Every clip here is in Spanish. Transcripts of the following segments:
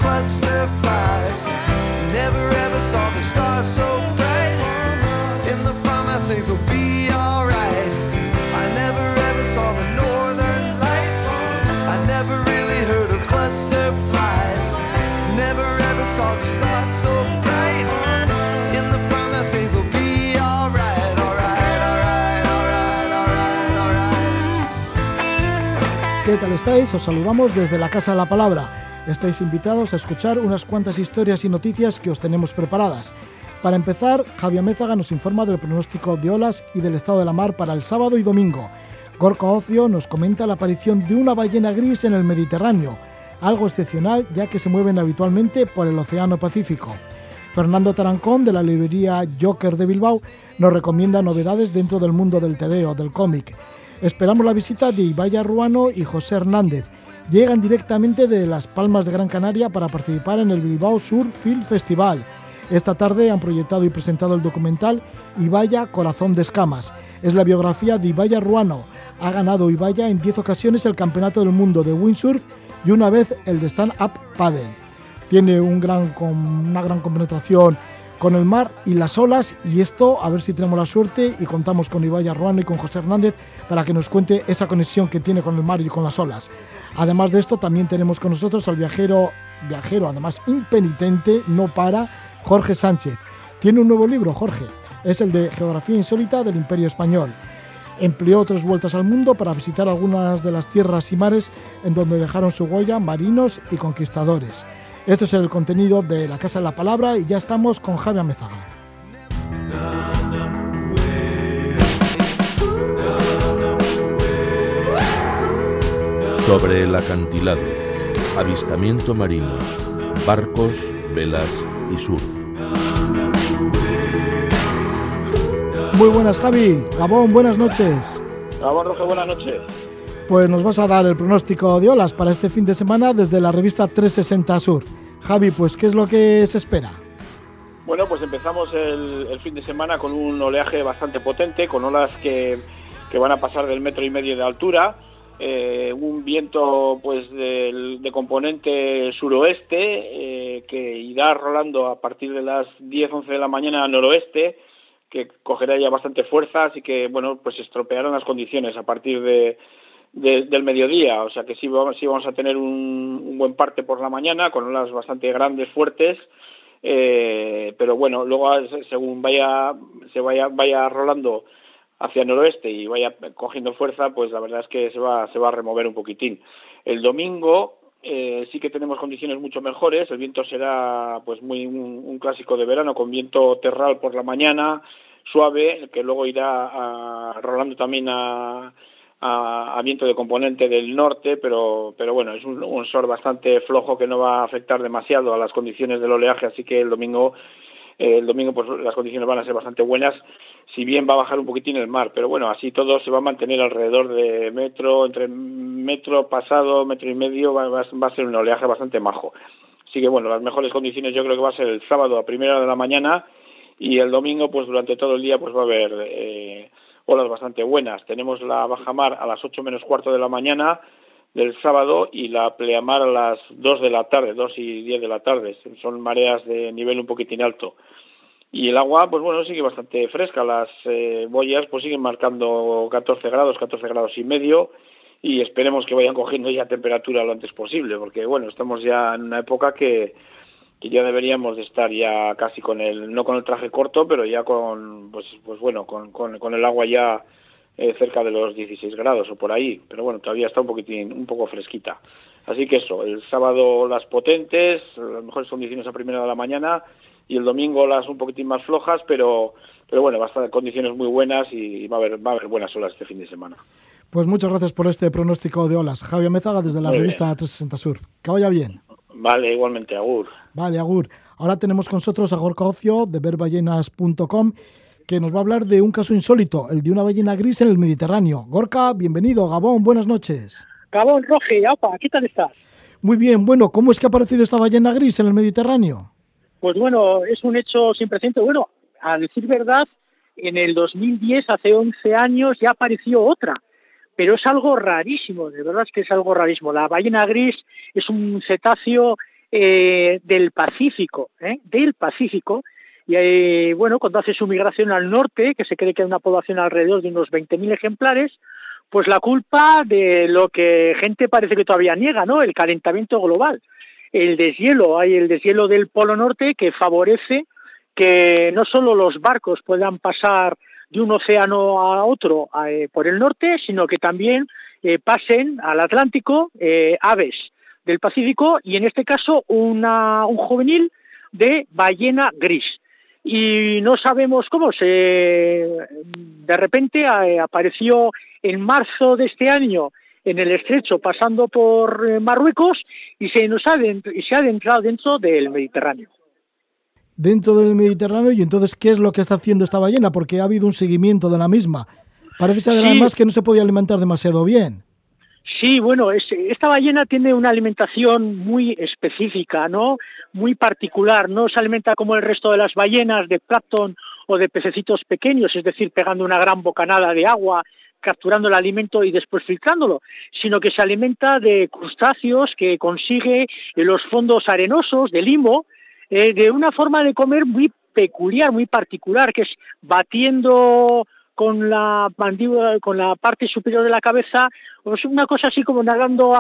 cluster flies. Never ever saw the stars so bright. In the farmhouse things will be alright. I never ever saw the northern lights. I never really heard of cluster flies. Never ever saw the stars so bright. In the farmhouse things will be alright, alright, alright, alright, alright, alright. ¿Qué tal estáis? Os saludamos desde la Casa de la Palabra. Estáis invitados a escuchar unas cuantas historias y noticias que os tenemos preparadas. Para empezar, Javi Amézaga nos informa del pronóstico de olas y del estado de la mar para el sábado y domingo. Gorka Ocio nos comenta la aparición de una ballena gris en el Mediterráneo, algo excepcional ya que se mueven habitualmente por el Océano Pacífico. Fernando Tarancón, de la librería Joker de Bilbao, nos recomienda novedades dentro del mundo del tebeo, del cómic. Esperamos la visita de Ibaya Ruano y José Hernández. Llegan directamente de Las Palmas de Gran Canaria para participar en el Bilbao Surf Film Festival. Esta tarde han proyectado y presentado el documental Ibaya, Corazón de Escamas. Es la biografía de Ibaya Ruano. Ha ganado Ibaya en 10 ocasiones el Campeonato del Mundo de Windsurf y una vez el de Stand-Up Paddle. Tiene una gran compenetración con el mar y las olas, y esto a ver si tenemos la suerte y contamos con Ibaya Ruano y con José Hernández para que nos cuente esa conexión que tiene con el mar y con las olas. Además de esto, también tenemos con nosotros al viajero además impenitente, no para, Jorge Sánchez. Tiene un nuevo libro, Jorge, es el de Geografía Insólita del Imperio Español. Empleó 3 vueltas al mundo para visitar algunas de las tierras y mares en donde dejaron su huella marinos y conquistadores. Este es el contenido de La Casa de la Palabra y ya estamos con Javi Amézaga. Sobre el acantilado, avistamiento marino, barcos, velas y surf. Muy buenas, Javi. Gabón, buenas noches. Gabón, Roge, buenas noches. Pues nos vas a dar el pronóstico de olas para este fin de semana desde la revista 360 Surf. Javi, pues ¿qué es lo que se espera? Bueno, pues empezamos el fin de semana con un oleaje bastante potente, con olas que van a pasar del 1,5 metros de altura, un viento pues de componente suroeste que irá rolando a partir de las 10-11 de la mañana al noroeste, que cogerá ya bastante fuerza, así que bueno, pues estropearán las condiciones a partir del mediodía, o sea que sí vamos a tener un buen parte por la mañana con olas bastante grandes, fuertes, pero bueno, luego según se vaya rolando hacia el noroeste y vaya cogiendo fuerza, pues la verdad es que se va a remover un poquitín. El domingo sí que tenemos condiciones mucho mejores, el viento será pues un clásico de verano con viento terral por la mañana, suave, que luego irá rolando también a viento de componente del norte, pero bueno, es un sol bastante flojo que no va a afectar demasiado a las condiciones del oleaje, así que el domingo pues las condiciones van a ser bastante buenas, si bien va a bajar un poquitín el mar, pero bueno, así todo se va a mantener alrededor de entre metro pasado, 1,5 metros, va a ser un oleaje bastante majo. Así que bueno, las mejores condiciones yo creo que va a ser el sábado a primera hora de la mañana, y el domingo pues durante todo el día pues va a haber olas bastante buenas. Tenemos la bajamar a las 8 menos cuarto de la mañana del sábado y la pleamar a las 2 de la tarde, 2 y 10 de la tarde. Son mareas de nivel un poquitín alto. Y el agua, pues bueno, sigue bastante fresca. Las boyas pues siguen marcando 14 grados y medio, y esperemos que vayan cogiendo ya temperatura lo antes posible, porque bueno, estamos ya en una época que ya deberíamos de estar ya casi no con el traje corto, pero ya con con el agua ya cerca de los 16 grados o por ahí, pero bueno, todavía está un poco fresquita. Así que eso, el sábado las potentes, las mejores condiciones a primera de la mañana, y el domingo las un poquitín más flojas, pero bueno, va a estar en condiciones muy buenas y va a haber buenas olas este fin de semana. Pues muchas gracias por este pronóstico de olas. Javi Amézaga desde la revista 360 Surf. Que vaya bien. Vale, igualmente, agur. Vale, agur. Ahora tenemos con nosotros a Gorka Ocio de verballenas.com, que nos va a hablar de un caso insólito, el de una ballena gris en el Mediterráneo. Gorka, bienvenido. Gabón, buenas noches. Gabón, Roge, apa, ¿qué tal estás? Muy bien, bueno, ¿cómo es que ha aparecido esta ballena gris en el Mediterráneo? Pues bueno, es un hecho sin precedentes. Bueno, a decir verdad, en el 2010, hace 11 años, ya apareció otra. Pero es algo rarísimo, de verdad es que es algo rarísimo. La ballena gris es un cetáceo del Pacífico, y bueno, cuando hace su migración al norte, que se cree que hay una población alrededor de unos 20.000 ejemplares, pues la culpa de lo que gente parece que todavía niega, ¿no? El calentamiento global, el deshielo, hay el deshielo del Polo Norte que favorece que no solo los barcos puedan pasar de un océano a otro por el norte, sino que también pasen al Atlántico aves del Pacífico y en este caso un juvenil de ballena gris. Y no sabemos cómo, de repente apareció en marzo de este año en el estrecho pasando por Marruecos y se ha adentrado dentro del Mediterráneo. Dentro del Mediterráneo, y entonces, ¿qué es lo que está haciendo esta ballena? Porque ha habido un seguimiento de la misma. Parece ser además que no se podía alimentar demasiado bien. Sí, bueno, esta ballena tiene una alimentación muy específica, ¿no? Muy particular, no se alimenta como el resto de las ballenas de plancton o de pececitos pequeños, es decir, pegando una gran bocanada de agua, capturando el alimento y después filtrándolo, sino que se alimenta de crustáceos que consigue en los fondos arenosos de limo, de una forma de comer muy peculiar, muy particular, que es batiendo con la mandíbula, con la parte superior de la cabeza, pues una cosa así como nadando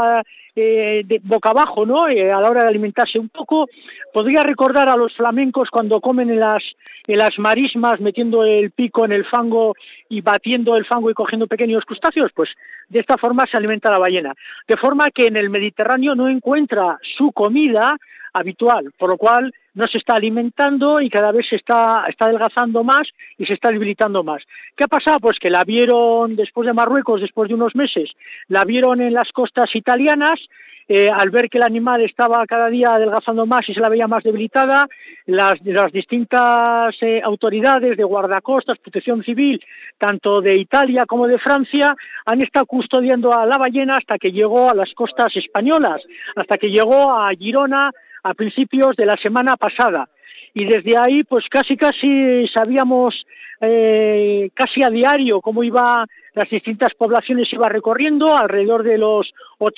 de boca abajo, ¿no? A la hora de alimentarse un poco. Podría recordar a los flamencos cuando comen en las marismas, metiendo el pico en el fango y batiendo el fango y cogiendo pequeños crustáceos, pues de esta forma se alimenta la ballena. De forma que en el Mediterráneo no encuentra su comida habitual, por lo cual no se está alimentando y cada vez se está adelgazando más y se está debilitando más. ¿Qué ha pasado? Pues que la vieron después de Marruecos, después de unos meses, la vieron en las costas italianas, al ver que el animal estaba cada día adelgazando más y se la veía más debilitada, las distintas autoridades de guardacostas, protección civil, tanto de Italia como de Francia, han estado custodiando a la ballena hasta que llegó a las costas españolas, hasta que llegó a Girona a principios de la semana pasada. Y desde ahí, pues casi sabíamos casi a diario cómo iba las distintas poblaciones, iba recorriendo, alrededor de los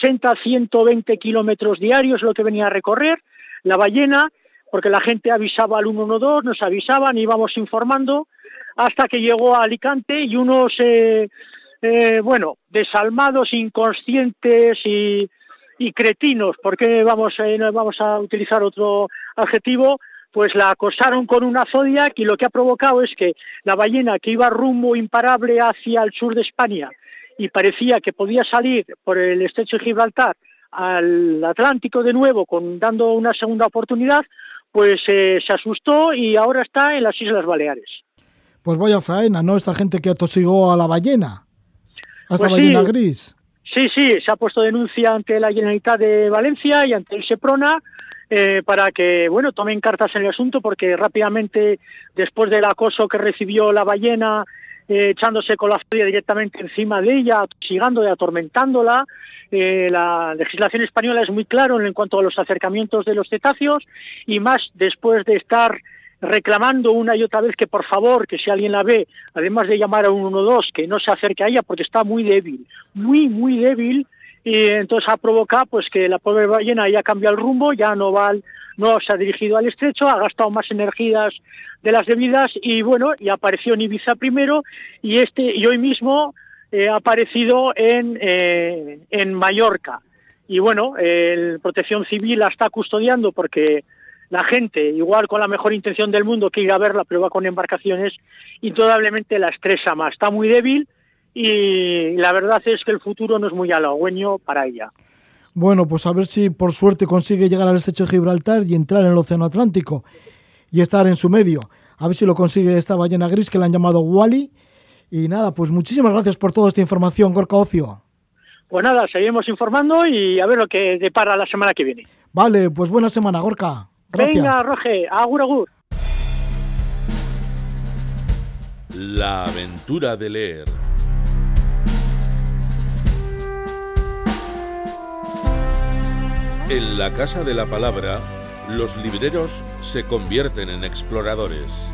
80-120 kilómetros diarios lo que venía a recorrer la ballena, porque la gente avisaba al 112, nos avisaban, íbamos informando, hasta que llegó a Alicante y unos, desalmados, inconscientes y cretinos, porque vamos a utilizar otro adjetivo, pues la acosaron con una Zodiac y lo que ha provocado es que la ballena, que iba rumbo imparable hacia el sur de España y parecía que podía salir por el estrecho de Gibraltar al Atlántico de nuevo, dando una segunda oportunidad, pues se asustó y ahora está en las Islas Baleares. Pues vaya faena, ¿no? Esta gente que atosigó a la ballena, a esta pues ballena gris. Sí, se ha puesto denuncia ante la Generalitat de Valencia y ante el Seprona para que, tomen cartas en el asunto, porque rápidamente, después del acoso que recibió la ballena, echándose con la Zodiac directamente encima de ella, atosigándola y atormentándola, la legislación española es muy clara en cuanto a los acercamientos de los cetáceos, y más después de estar reclamando una y otra vez que por favor, que si alguien la ve, además de llamar a 112, que no se acerque a ella porque está muy débil, muy débil, y entonces ha provocado pues que la pobre ballena ya cambia el rumbo, ya no se ha dirigido al estrecho, ha gastado más energías de las debidas y apareció en Ibiza primero y hoy mismo ha aparecido en Mallorca. Y el Protección Civil la está custodiando porque la gente, igual con la mejor intención del mundo, que ir a verla, pero va con embarcaciones, indudablemente la estresa más. Está muy débil y la verdad es que el futuro no es muy halagüeño para ella. Bueno, pues a ver si por suerte consigue llegar al estrecho de Gibraltar y entrar en el Océano Atlántico y estar en su medio. A ver si lo consigue esta ballena gris que la han llamado Wally. Y nada, pues muchísimas gracias por toda esta información, Gorka Ocio. Pues nada, seguimos informando y a ver lo que depara la semana que viene. Vale, pues buena semana, Gorka. Gracias. Venga, Roge, agur. La aventura de leer. En la Casa de la Palabra, los libreros se convierten en exploradores.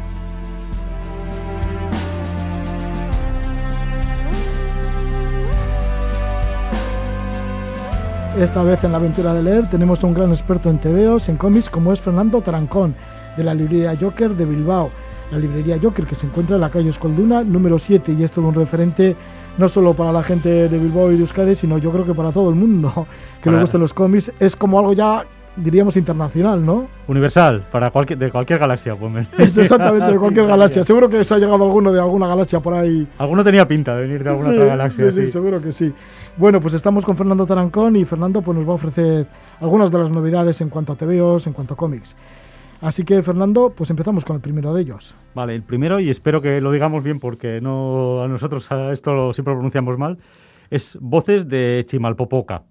Esta vez en la aventura de leer tenemos a un gran experto en tebeos, en cómics, como es Fernando Tarancón, de la librería Joker de Bilbao. La librería Joker, que se encuentra en la calle Escolduna, número 7, y es todo un referente no solo para la gente de Bilbao y de Euskadi, sino yo creo que para todo el mundo que le gusten los cómics. Es como algo ya, diríamos, internacional, ¿no? Universal, de cualquier galaxia. Pues es exactamente, de cualquier galaxia. Seguro que se ha llegado alguno de alguna galaxia por ahí. Alguno tenía pinta de venir de alguna otra galaxia. Sí, seguro que sí. Bueno, pues estamos con Fernando Tarancón y Fernando pues nos va a ofrecer algunas de las novedades en cuanto a tebeos, en cuanto a cómics. Así que, Fernando, pues empezamos con el primero de ellos. Vale, el primero, y espero que lo digamos bien porque no, a nosotros esto siempre lo pronunciamos mal, es Voces de Chimalpopoca,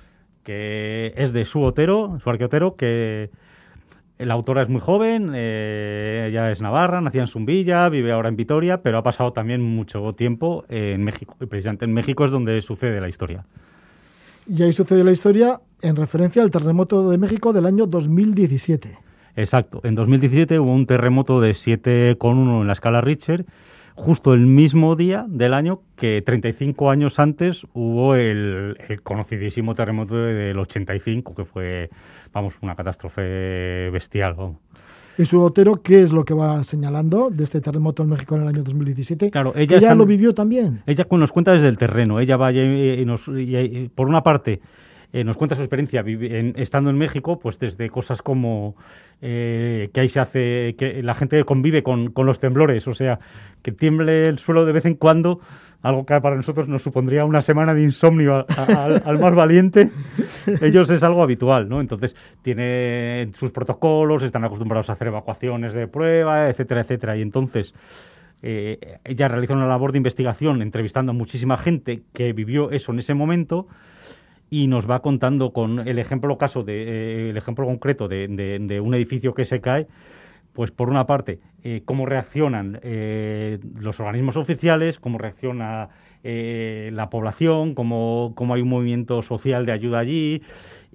que es de Su Arque Otero, que la autora es muy joven, ella es navarra, nacida en Zumbilla, vive ahora en Vitoria, pero ha pasado también mucho tiempo en México, y precisamente en México es donde sucede la historia. Y ahí sucede la historia en referencia al terremoto de México del año 2017. Exacto. En 2017 hubo un terremoto de 7,1 en la escala Richter, justo el mismo día del año que 35 años antes hubo el conocidísimo terremoto del 85, que fue, una catástrofe bestial. Vamos. ¿Y Su Otero qué es lo que va señalando de este terremoto en México en el año 2017? Claro, ella lo vivió también. Ella nos cuenta desde el terreno. Ella va y por una parte, nos cuenta su experiencia estando en México, pues desde cosas como que ahí se hace, que la gente convive con los temblores, o sea, que tiemble el suelo de vez en cuando, algo que para nosotros nos supondría una semana de insomnio al más valiente. Ellos es algo habitual, ¿no? Entonces tienen sus protocolos, están acostumbrados a hacer evacuaciones de prueba, etcétera, etcétera, y entonces ella realiza una labor de investigación entrevistando a muchísima gente que vivió eso en ese momento. Y nos va contando con el ejemplo concreto de un edificio que se cae, pues por una parte, cómo reaccionan los organismos oficiales, cómo reacciona la población, cómo hay un movimiento social de ayuda allí,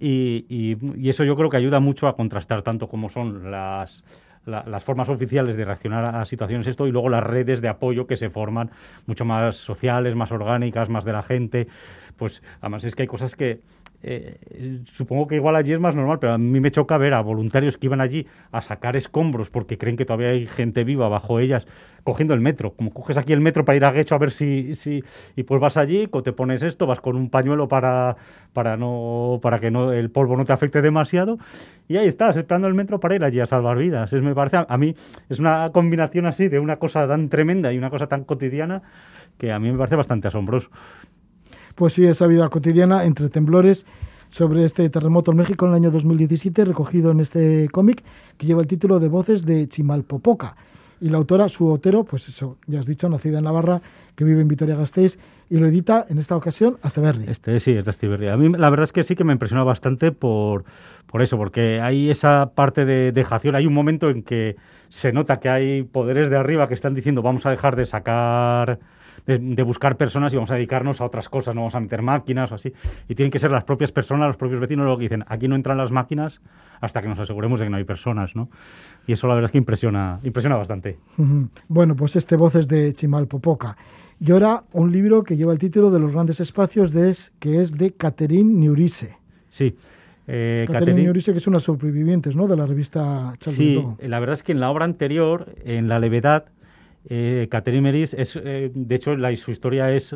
y eso yo creo que ayuda mucho a contrastar tanto cómo son las formas oficiales de reaccionar a situaciones y luego las redes de apoyo que se forman, mucho más sociales, más orgánicas, más de la gente. Pues además es que hay cosas que supongo que igual allí es más normal, pero a mí me choca ver a voluntarios que iban allí a sacar escombros porque creen que todavía hay gente viva bajo ellas, cogiendo el metro, como coges aquí el metro para ir a Guecho a ver si y pues vas allí, te pones esto, vas con un pañuelo para que el polvo no te afecte demasiado, y ahí estás esperando el metro para ir allí a salvar vidas. Me parece, a mí es una combinación así de una cosa tan tremenda y una cosa tan cotidiana que a mí me parece bastante asombroso. Pues sí, esa vida cotidiana entre temblores sobre este terremoto en México en el año 2017, recogido en este cómic que lleva el título de Voces de Chimalpopoca. Y la autora, Su Otero, pues eso, ya has dicho, nacida en Navarra, que vive en Vitoria-Gasteiz, y lo edita en esta ocasión Asteberri. Sí, es de Asteberri. A mí la verdad es que sí que me impresionó bastante por eso, porque hay esa parte de dejación. Hay un momento en que se nota que hay poderes de arriba que están diciendo vamos a dejar de sacar... De buscar personas y vamos a dedicarnos a otras cosas, no vamos a meter máquinas o así. Y tienen que ser las propias personas, los propios vecinos los que dicen, aquí no entran las máquinas hasta que nos aseguremos de que no hay personas, ¿no? Y eso la verdad es que impresiona bastante. Bueno, pues Voces de Chimalpopoca. Y ahora un libro que lleva el título de Los grandes espacios, que es de Catherine Niurise. Sí. Catherine Niurise, que es una sobrevivientes, ¿no?, de la revista Charles Hebdo. Sí, la verdad es que en la obra anterior, en La levedad, Catherine Meris de hecho su historia es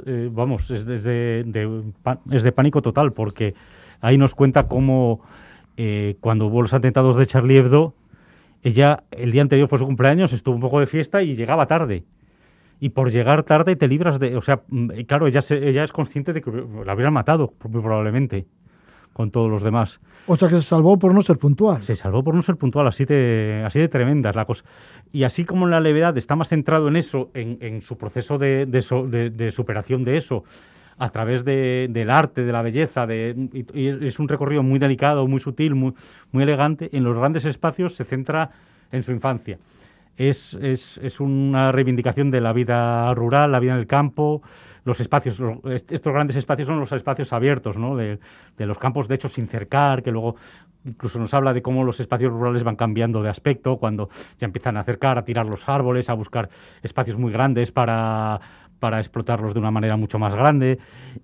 de pánico total, porque ahí nos cuenta cómo cuando hubo los atentados de Charlie Hebdo, ella el día anterior fue su cumpleaños, estuvo un poco de fiesta y llegaba tarde, y por llegar tarde te libras de, o sea, claro, ella es consciente de que la hubieran matado muy probablemente con todos los demás. O sea que se salvó por no ser puntual. Se salvó por no ser puntual, así de tremenda es la cosa. Y así como en La levedad está más centrado en eso, en su proceso de superación de eso, a través del arte, de la belleza, y es un recorrido muy delicado, muy sutil, muy, muy elegante. En Los grandes espacios se centra en su infancia. es una reivindicación de la vida rural, la vida en el campo, los espacios, estos grandes espacios son los espacios abiertos, ¿no? De los campos, de hecho, sin cercar, que luego incluso nos habla de cómo los espacios rurales van cambiando de aspecto cuando ya empiezan a acercar, a tirar los árboles, a buscar espacios muy grandes para explotarlos de una manera mucho más grande.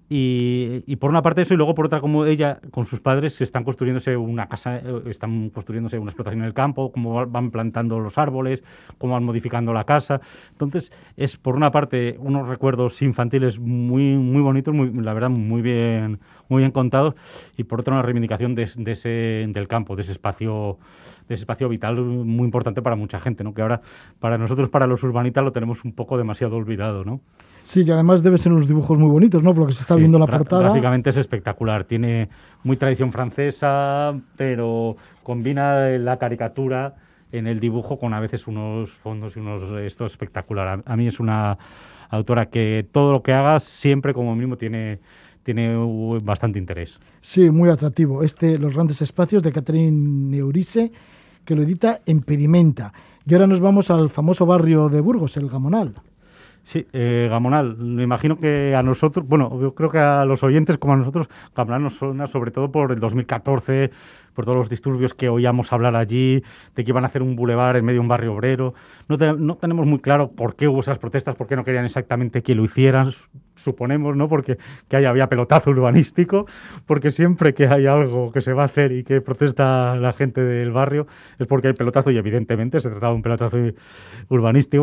Y por una parte eso, y luego por otra, como ella con sus padres están construyéndose una casa, están construyéndose una explotación en el campo, cómo van plantando los árboles, cómo van modificando la casa. Entonces es por una parte unos recuerdos infantiles muy bonitos, la verdad muy bien contados, y por otra una reivindicación del campo, de ese espacio vital muy importante para mucha gente, ¿no? Que ahora para nosotros, para los urbanitas, lo tenemos un poco demasiado olvidado, ¿no? Sí, y además deben ser unos dibujos muy bonitos, ¿no? Por lo que se está viendo en la portada. Gráficamente es espectacular. Tiene muy tradición francesa, pero combina la caricatura en el dibujo con a veces unos fondos y esto es espectacular. A mí es una autora que todo lo que haga siempre como mínimo tiene bastante interés. Sí, muy atractivo. Los grandes espacios de Catherine Neurisse, que lo edita en Pedimenta. Y ahora nos vamos al famoso barrio de Burgos, el Gamonal. Sí, Gamonal. Me imagino que a nosotros, bueno, yo creo que a los oyentes como a nosotros, Gamonal nos suena sobre todo por el 2014, por todos los disturbios que oíamos hablar allí, de que iban a hacer un bulevar en medio de un barrio obrero. No tenemos muy claro por qué hubo esas protestas, por qué no querían exactamente que lo hicieran, suponemos, ¿no? Porque que había pelotazo urbanístico, porque siempre que hay algo que se va a hacer y que protesta la gente del barrio es porque hay pelotazo, y evidentemente se trataba de un pelotazo urbanístico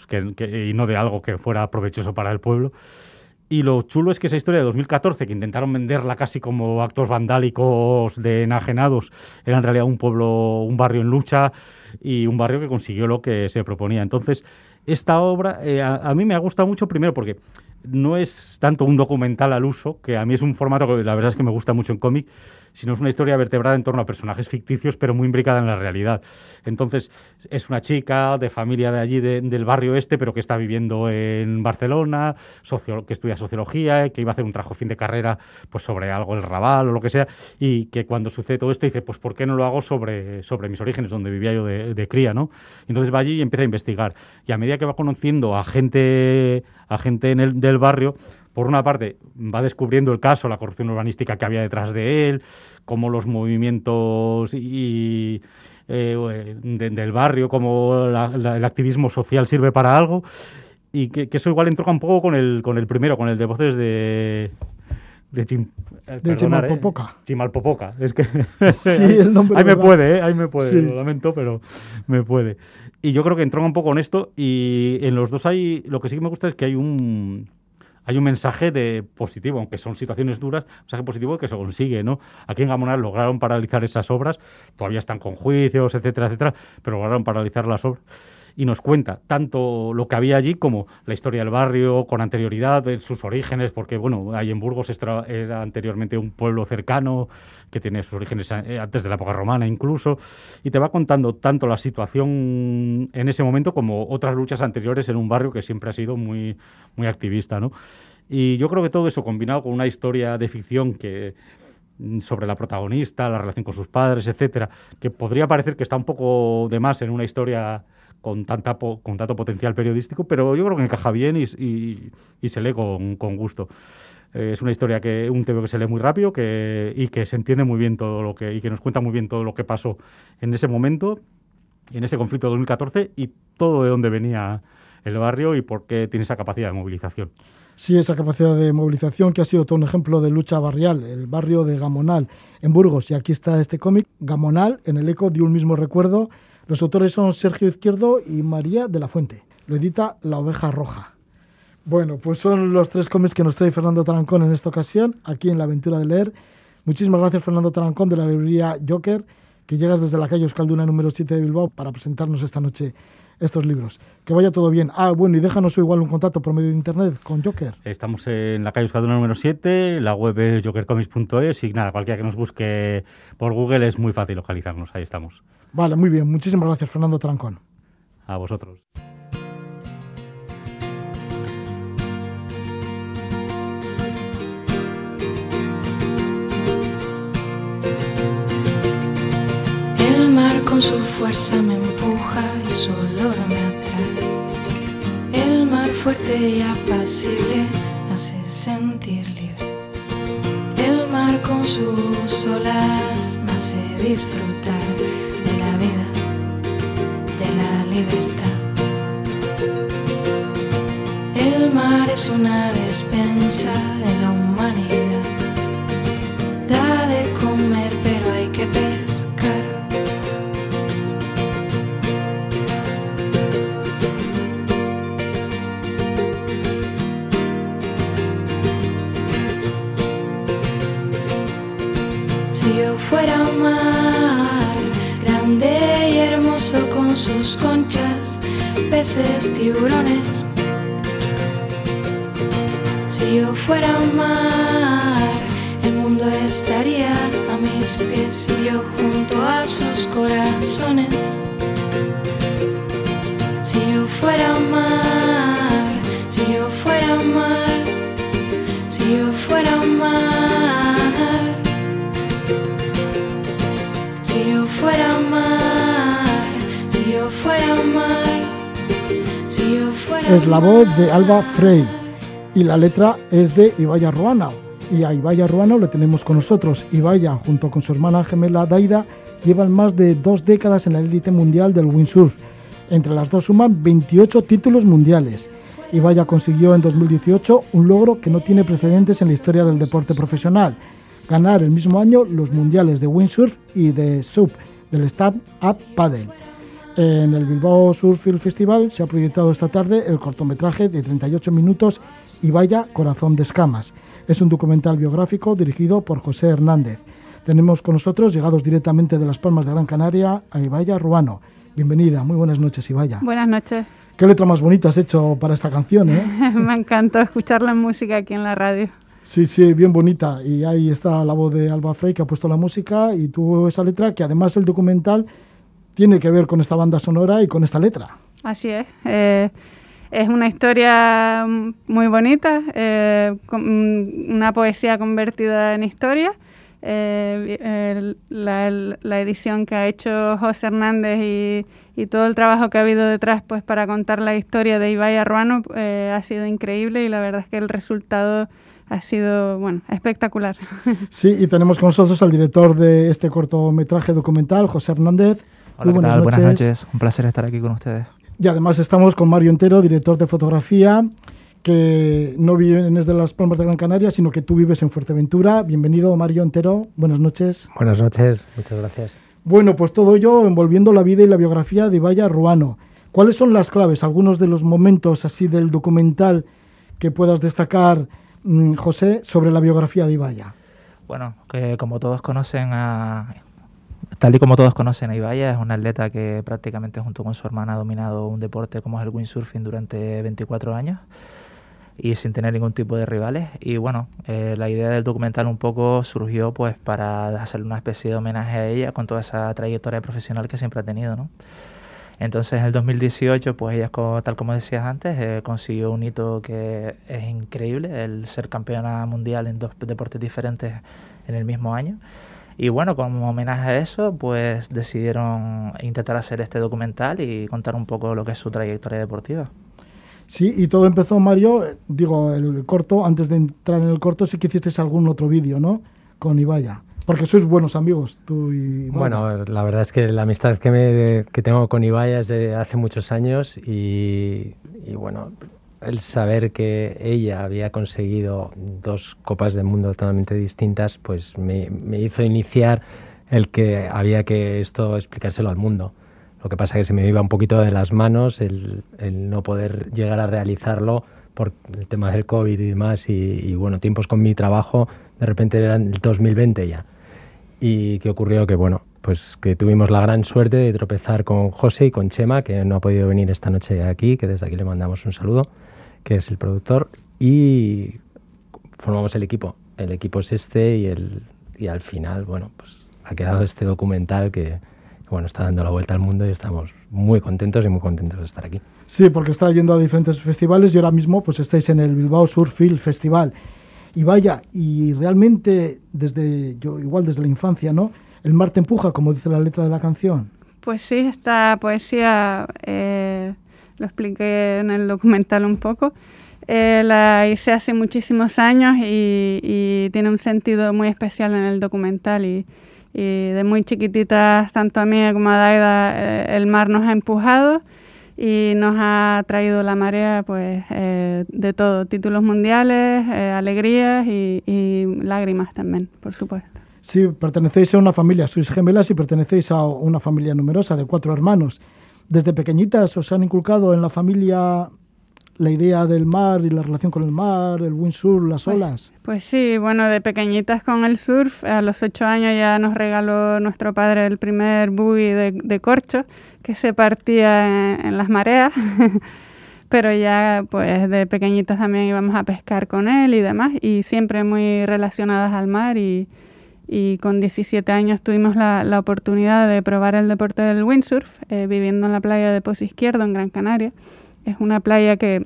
y no de algo que fuera provechoso para el pueblo. Y lo chulo es que esa historia de 2014, que intentaron venderla casi como actos vandálicos de enajenados, era en realidad un barrio en lucha y un barrio que consiguió lo que se proponía. Entonces, esta obra a mí me ha gustado mucho, primero porque no es tanto un documental al uso, que a mí es un formato que la verdad es que me gusta mucho en cómic, sino es una historia vertebrada en torno a personajes ficticios, pero muy imbricada en la realidad. Entonces, es una chica de familia de allí, del barrio este, pero que está viviendo en Barcelona, que estudia sociología, que iba a hacer un trabajo fin de carrera pues sobre algo, el Raval o lo que sea, y que cuando sucede todo esto dice, pues ¿por qué no lo hago sobre mis orígenes, donde vivía yo de cría, ¿no? Entonces va allí y empieza a investigar. Y a medida que va conociendo a gente del barrio, por una parte, va descubriendo el caso, la corrupción urbanística que había detrás de él, cómo los movimientos del barrio, cómo el activismo social sirve para algo, y que eso igual entronca un poco con el primero, con el de voces de Chimalpopoca. Chimalpopoca. Es que sí, el nombre ahí me puede, sí. Lo lamento, pero me puede. Y yo creo que entronca un poco con esto, y en los dos lo que sí que me gusta es que hay un mensaje positivo, aunque son situaciones duras, un mensaje positivo que se consigue, ¿no? Aquí en Gamonal lograron paralizar esas obras, todavía están con juicios, etcétera, pero lograron paralizar las obras. Y nos cuenta tanto lo que había allí como la historia del barrio con anterioridad, de sus orígenes, porque bueno, ahí en Burgos era anteriormente un pueblo cercano que tiene sus orígenes antes de la época romana incluso, y te va contando tanto la situación en ese momento como otras luchas anteriores en un barrio que siempre ha sido muy, muy activista, ¿no? Y yo creo que todo eso combinado con una historia de ficción sobre la protagonista, la relación con sus padres, etcétera, que podría parecer que está un poco de más en una historia con tanto potencial periodístico, pero yo creo que encaja bien y se lee con gusto. Es una historia un TVO que se lee muy rápido y que se entiende muy bien y que nos cuenta muy bien todo lo que pasó en ese momento, en ese conflicto de 2014, y todo de dónde venía el barrio y por qué tiene esa capacidad de movilización. Sí, esa capacidad de movilización que ha sido todo un ejemplo de lucha barrial, el barrio de Gamonal en Burgos. Y aquí está este cómic, Gamonal, en el eco de un mismo recuerdo. Los autores son Sergio Izquierdo y María de la Fuente. Lo edita La Oveja Roja. Bueno, pues son los 3 cómics que nos trae Fernando Tarancón en esta ocasión, aquí en La Aventura de Leer. Muchísimas gracias, Fernando Tarancón, de la librería Joker, que llegas desde la calle Euskalduna número 7 de Bilbao para presentarnos esta noche estos libros. Que vaya todo bien. Bueno, y déjanos igual un contacto por medio de internet con Joker. Estamos en la calle Euskalduna número 7, la web es jokercomics.es, y nada, cualquiera que nos busque por Google es muy fácil localizarnos, ahí estamos. Vale, muy bien. Muchísimas gracias, Fernando Tarancón. A vosotros. El mar con su fuerza me empuja y su olor me atrae. El mar fuerte y apacible me hace sentir libre. El mar con sus olas me hace disfrutar de la vida, de la libertad. El mar es una despensa de la humanidad. Da de comer, pero hay que pescar. Si yo fuera mar, grande y hermoso con sus conchas, peces, tiburones. Si yo fuera mar, el mundo estaría a mis pies y yo junto a sus corazones. Si yo fuera mar, si yo fuera mar, si yo fuera mar, si yo fuera mar, si yo fuera mar, si yo fuera mar. Es la voz de Alba Frey y la letra es de Ibaia Ruano. Y a Ibaia Ruano le tenemos con nosotros. Ibaia, junto con su hermana gemela Daida, llevan más de 2 décadas en la élite mundial del windsurf. Entre las dos suman 28 títulos mundiales. Ibaia consiguió en 2018 un logro que no tiene precedentes en la historia del deporte profesional: ganar el mismo año los mundiales de windsurf y de SUP, del Stand Up Paddle. En el Bilbao Surf Film Festival se ha proyectado esta tarde el cortometraje de 38 minutos Ibaia, Corazón de Escamas. Es un documental biográfico dirigido por José Hernández. Tenemos con nosotros, llegados directamente de Las Palmas de Gran Canaria, a Ibaia Ruano. Bienvenida, muy buenas noches, Ibaia. Buenas noches. ¿Qué letra más bonita has hecho para esta canción, eh? Me encantó escuchar la música aquí en la radio. Sí, sí, bien bonita. Y ahí está la voz de Alba Frey, que ha puesto la música, y tuvo esa letra, que además el documental tiene que ver con esta banda sonora y con esta letra. Así es. Es una historia muy bonita, una poesía convertida en historia. La edición que ha hecho José Hernández y todo el trabajo que ha habido detrás, pues, para contar la historia de Ibaia Ruano ha sido increíble, y la verdad es que el resultado ha sido, bueno, espectacular. Sí, y tenemos con nosotros al director de este cortometraje documental, José Hernández. Hola, ¿qué tal? Buenas noches. Un placer estar aquí con ustedes. Y además estamos con Mario Entero, director de fotografía, que no vienes de Las Palmas de Gran Canaria, sino que tú vives en Fuerteventura. Bienvenido, Mario Entero. Buenas noches. Buenas noches, muchas gracias. Bueno, pues todo ello envolviendo la vida y la biografía de Ibaia Ruano. ¿Cuáles son las claves, algunos de los momentos así del documental que puedas destacar, José, sobre la biografía de Ibaia? Bueno, que como todos conocen tal y como todos conocen a Ibaia, es una atleta que prácticamente junto con su hermana ha dominado un deporte como es el windsurfing durante 24 años y sin tener ningún tipo de rivales. Y bueno, la idea del documental un poco surgió pues para hacerle una especie de homenaje a ella con toda esa trayectoria profesional que siempre ha tenido, ¿no? Entonces en el 2018, pues ella, tal como decías antes, consiguió un hito que es increíble, el ser campeona mundial en 2 deportes diferentes en el mismo año. Y bueno, como homenaje a eso, pues decidieron intentar hacer este documental y contar un poco lo que es su trayectoria deportiva. Sí, y todo empezó, Mario, el corto, antes de entrar en el corto, sí que hicisteis algún otro vídeo, ¿no?, con Ibaia. Porque sois buenos amigos, tú y Ibaia. Bueno, la verdad es que la amistad que tengo con Ibaia es de hace muchos años y bueno, el saber que ella había conseguido 2 copas del mundo totalmente distintas, pues me hizo iniciar el que había que esto explicárselo al mundo. Lo que pasa es que se me iba un poquito de las manos el no poder llegar a realizarlo por el tema del COVID y demás, y bueno, tiempos con mi trabajo, de repente eran el 2020 ya. ¿Y qué ocurrió? Que bueno, pues que tuvimos la gran suerte de tropezar con José y con Chema, que no ha podido venir esta noche aquí, que desde aquí le mandamos un saludo, que es el productor, y formamos el equipo. El equipo es este y al final, bueno, pues ha quedado este documental que bueno, está dando la vuelta al mundo y estamos muy contentos de estar aquí. Sí, porque está yendo a diferentes festivales y ahora mismo pues estáis en el Bilbao Surf Film Festival. Y vaya, y realmente desde la infancia, ¿no?, el mar te empuja, como dice la letra de la canción. Pues sí, esta poesía lo expliqué en el documental un poco. La hice hace muchísimos años y tiene un sentido muy especial en el documental y de muy chiquititas, tanto a mí como a Daida, el mar nos ha empujado y nos ha traído la marea pues de todo, títulos mundiales, alegrías y lágrimas también, por supuesto. Sí, pertenecéis a una familia, sois gemelas y pertenecéis a una familia numerosa de 4 hermanos. ¿Desde pequeñitas os han inculcado en la familia la idea del mar y la relación con el mar, el windsurf, las olas? Pues sí, bueno, de pequeñitas con el surf, a los 8 años ya nos regaló nuestro padre el primer buggy de corcho que se partía en las mareas, pero ya pues de pequeñitas también íbamos a pescar con él y demás, y siempre muy relacionadas al mar y con 17 años tuvimos la oportunidad de probar el deporte del windsurf, viviendo en la playa de Pozo Izquierdo, en Gran Canaria. Es una playa que,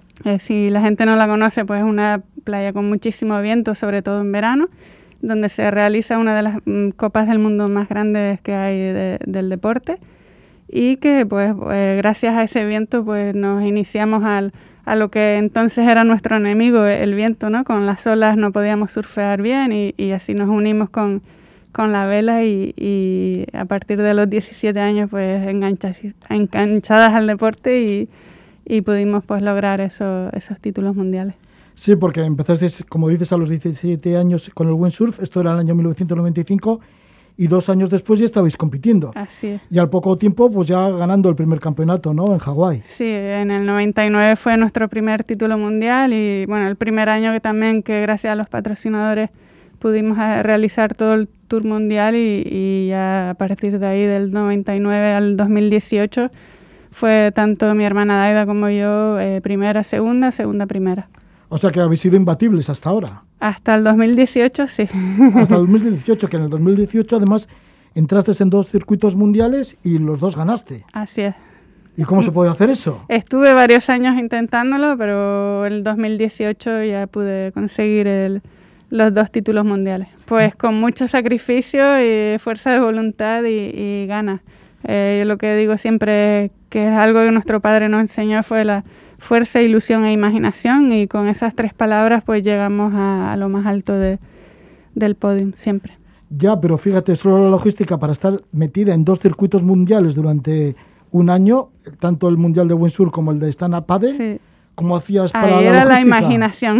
si la gente no la conoce, pues es una playa con muchísimo viento, sobre todo en verano, donde se realiza una de las copas del mundo más grandes que hay del deporte, y que pues gracias a ese viento pues nos iniciamos a lo que entonces era nuestro enemigo, el viento, ¿no? Con las olas no podíamos surfear bien y así nos unimos con la vela y a partir de los 17 años pues enganchadas al deporte y pudimos pues lograr esos títulos mundiales. Sí, porque empezasteis, como dices, a los 17 años con el windsurf, esto era el año 1995, y 2 años después ya estabais compitiendo. Así es. Y al poco tiempo, pues ya ganando el primer campeonato, ¿no?, en Hawái. Sí, en el 99 fue nuestro primer título mundial y, bueno, el primer año que gracias a los patrocinadores pudimos realizar todo el tour mundial y ya a partir de ahí, del 99 al 2018, fue tanto mi hermana Daida como yo primera, segunda, primera. O sea que habéis sido imbatibles hasta ahora. Hasta el 2018, sí. Hasta el 2018, que en el 2018 además entraste en 2 circuitos mundiales y los 2 ganaste. Así es. ¿Y cómo se puede hacer eso? Estuve varios años intentándolo, pero en el 2018 ya pude conseguir los 2 títulos mundiales. Pues con mucho sacrificio y fuerza de voluntad y ganas. Yo lo que digo siempre, que es algo que nuestro padre nos enseñó, fue la fuerza, ilusión e imaginación, y con esas 3 palabras pues llegamos a lo más alto del podio siempre. Ya, pero fíjate, solo la logística para estar metida en 2 circuitos mundiales durante un año, tanto el mundial de windsurf como el de stand-up paddle, sí. ¿Cómo hacías para la logística? Ahí era la imaginación.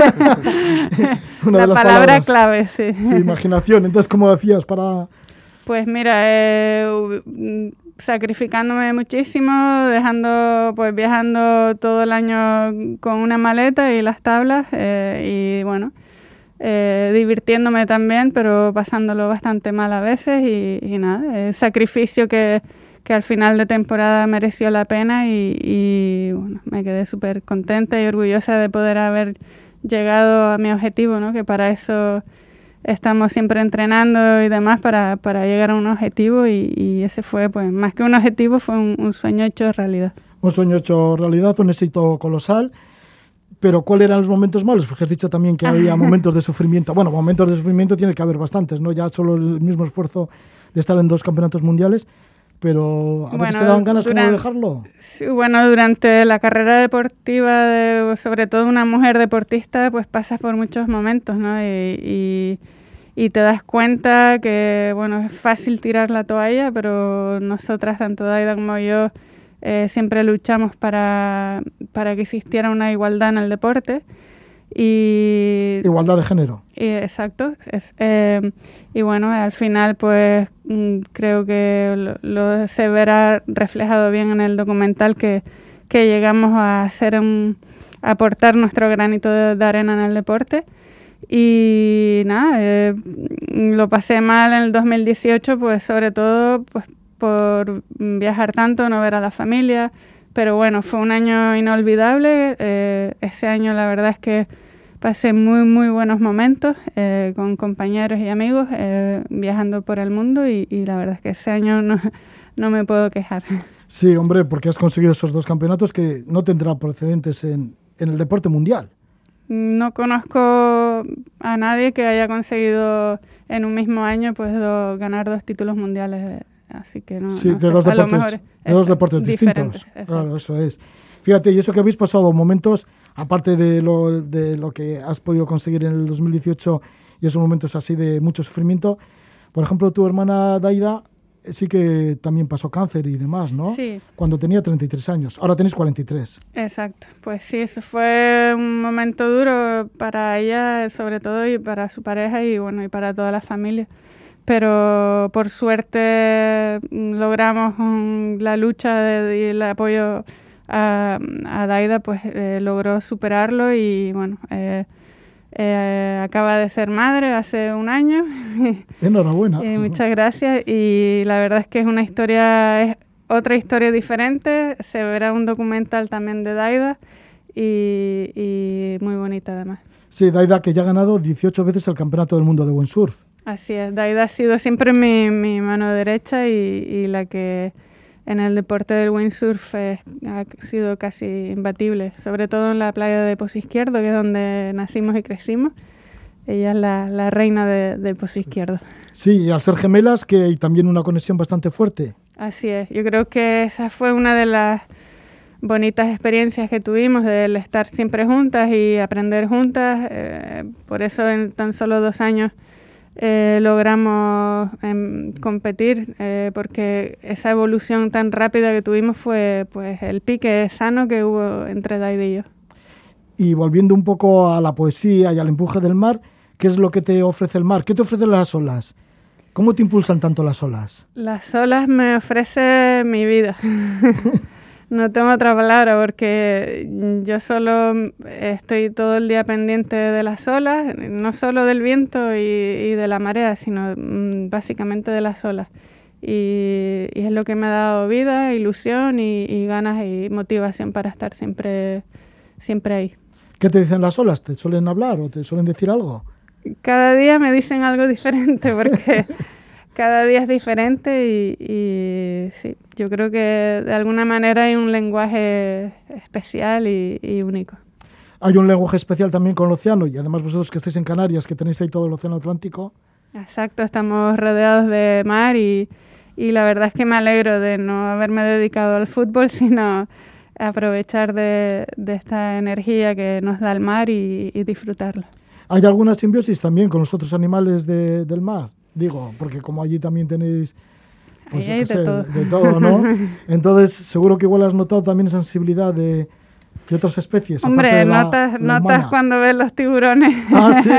La palabra clave, sí. Sí, imaginación. Entonces, ¿cómo hacías para...? Pues mira, sacrificándome muchísimo, viajando todo el año con una maleta y las tablas, y bueno, divirtiéndome también, pero pasándolo bastante mal a veces y nada, sacrificio que al final de temporada mereció la pena y bueno, me quedé súper contenta y orgullosa de poder haber llegado a mi objetivo, ¿no? Que para eso estamos siempre entrenando y demás, para llegar a un objetivo, y ese fue, pues más que un objetivo, fue un sueño hecho realidad. Un sueño hecho realidad, un éxito colosal. Pero ¿cuáles eran los momentos malos? Porque has dicho también que había momentos de sufrimiento. Bueno, momentos de sufrimiento tiene que haber bastantes, ¿no? Ya solo el mismo esfuerzo de estar en 2 campeonatos mundiales, pero a veces te daban ganas como de dejarlo. Sí, bueno, durante la carrera deportiva, sobre todo una mujer deportista, pues pasas por muchos momentos, ¿no? Y te das cuenta que, bueno, es fácil tirar la toalla, pero nosotras, tanto Daida como yo, siempre luchamos para que existiera una igualdad en el deporte. Igualdad de género. Exacto. Y bueno, al final pues creo que lo se verá reflejado bien en el documental, que llegamos a aportar nuestro granito de arena en el deporte. Y nada, lo pasé mal en el 2018, pues sobre todo pues por viajar tanto, no ver a la familia. Pero bueno, fue un año inolvidable. Ese año la verdad es que pasé muy, muy buenos momentos con compañeros y amigos viajando por el mundo y la verdad es que ese año no me puedo quejar. Sí, hombre, porque has conseguido esos 2 campeonatos que no tendrán precedentes en el deporte mundial. No conozco a nadie que haya conseguido en un mismo año pues ganar 2 títulos mundiales así que no, sí, no de sé, dos a lo deportes, mejor de dos deportes distintos. Claro, eso es. Fíjate, y eso que habéis pasado momentos, aparte de lo que has podido conseguir en el 2018 y esos momentos así de mucho sufrimiento, por ejemplo, tu hermana Daida sí que también pasó cáncer y demás, ¿no? Sí. Cuando tenía 33 años. Ahora tenéis 43. Exacto. Pues sí, eso fue un momento duro para ella, sobre todo, y para su pareja y bueno, y para toda la familia. Pero por suerte logramos con la lucha y el apoyo a Daida, pues logró superarlo y bueno, acaba de ser madre hace un año. Enhorabuena. Muchas gracias. Y la verdad es que es otra historia diferente. Se verá un documental también de Daida y muy bonita además. Sí, Daida, que ya ha ganado 18 veces el Campeonato del Mundo de Windsurf. Así es, Daida ha sido siempre mi mano derecha y la que en el deporte del windsurf ha sido casi imbatible, sobre todo en la playa de Pozo Izquierdo, que es donde nacimos y crecimos. Ella es la reina de Pozo Izquierdo. Sí, y al ser gemelas, que hay también una conexión bastante fuerte. Así es, yo creo que esa fue una de las bonitas experiencias que tuvimos, el estar siempre juntas y aprender juntas. Por eso en tan solo 2 años logramos competir, porque esa evolución tan rápida que tuvimos fue pues el pique sano que hubo entre Daida y yo. Y volviendo un poco a la poesía y al empuje del mar, ¿qué es lo que te ofrece el mar? ¿Qué te ofrecen las olas? ¿Cómo te impulsan tanto las olas? Las olas me ofrecen mi vida. No tengo otra palabra, porque yo solo estoy todo el día pendiente de las olas, no solo del viento y de la marea, sino básicamente de las olas. Y es lo que me ha dado vida, ilusión y ganas y motivación para estar siempre ahí. ¿Qué te dicen las olas? ¿Te suelen hablar o te suelen decir algo? Cada día me dicen algo diferente, porque cada día es diferente y sí, yo creo que de alguna manera hay un lenguaje especial y único. Hay un lenguaje especial también con el océano, y además vosotros que estáis en Canarias, que tenéis ahí todo el océano Atlántico. Exacto, estamos rodeados de mar y la verdad es que me alegro de no haberme dedicado al fútbol, sino aprovechar de esta energía que nos da el mar y disfrutarlo. ¿Hay alguna simbiosis también con los otros animales del mar? Digo, porque como allí también tenéis pues, hay de todo, ¿no? Entonces, seguro que igual has notado también sensibilidad de otras especies. Hombre, notas cuando ves los tiburones. Ah, sí.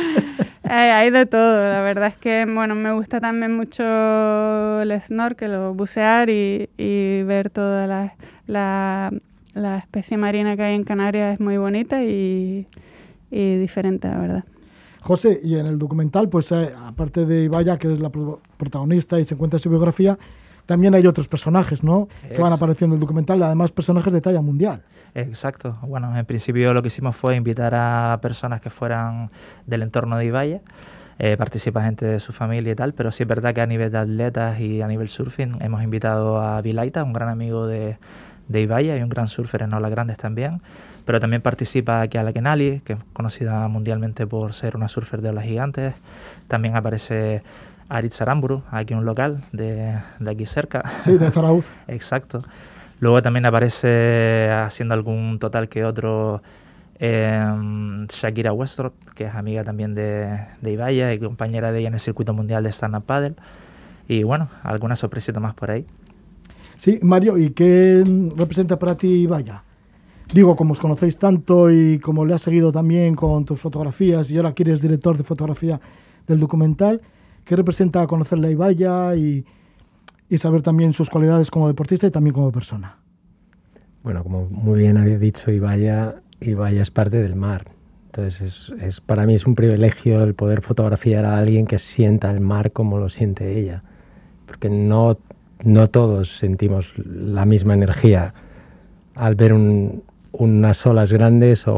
Hay de todo. La verdad es que, bueno, me gusta también mucho el snorkel o bucear y ver toda la especie marina que hay en Canarias. Es muy bonita y diferente, la verdad. José, y en el documental, pues aparte de Ibaya, que es la protagonista y se cuenta su biografía, también hay otros personajes, ¿no? Que van apareciendo en el documental, además personajes de talla mundial. Exacto. Bueno, en principio lo que hicimos fue invitar a personas que fueran del entorno de Ibaya, participa gente de su familia y tal, pero sí es verdad que a nivel de atletas y a nivel surfing hemos invitado a Vilaita, un gran amigo de Ibaya y un gran surfer en olas grandes también, pero también participa Kiala Kenali, que es conocida mundialmente por ser una surfer de olas gigantes. También aparece Aritz Aramburu, aquí un local de aquí cerca. Sí, de Zarauz. Exacto. Luego también aparece haciendo algún total que otro Shakira Westrop, que es amiga también de Ibaya y compañera de ella en el circuito mundial de stand-up paddle. Y bueno, alguna sorpresita más por ahí. Sí, Mario, ¿y qué representa para ti Ibaya? Digo, como os conocéis tanto y como le has seguido también con tus fotografías y ahora que eres director de fotografía del documental, ¿qué representa conocerle a Ibaya y saber también sus cualidades como deportista y también como persona? Bueno, como muy bien había dicho, Ibaya es parte del mar. Entonces, para mí es un privilegio el poder fotografiar a alguien que sienta el mar como lo siente ella. Porque no todos sentimos la misma energía al ver unas olas grandes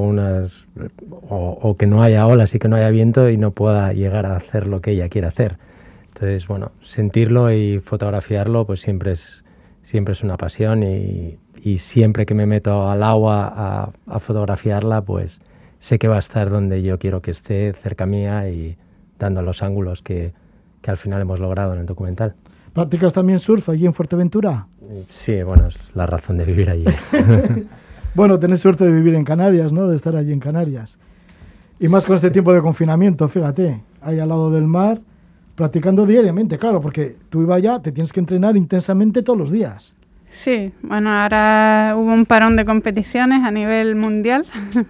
o que no haya olas y que no haya viento y no pueda llegar a hacer lo que ella quiere hacer. Entonces, bueno, sentirlo y fotografiarlo pues siempre es una pasión y siempre que me meto al agua a fotografiarla, pues sé que va a estar donde yo quiero que esté, cerca mía y dando los ángulos que al final hemos logrado en el documental. ¿Practicas también surf allí en Fuerteventura? Sí, bueno, es la razón de vivir allí. Bueno, tenés suerte de vivir en Canarias, ¿no? De estar allí en Canarias. Y más con este tiempo de confinamiento, fíjate, ahí al lado del mar, practicando diariamente, claro, porque tú ibas allá, te tienes que entrenar intensamente todos los días. Sí, bueno, ahora hubo un parón de competiciones a nivel mundial,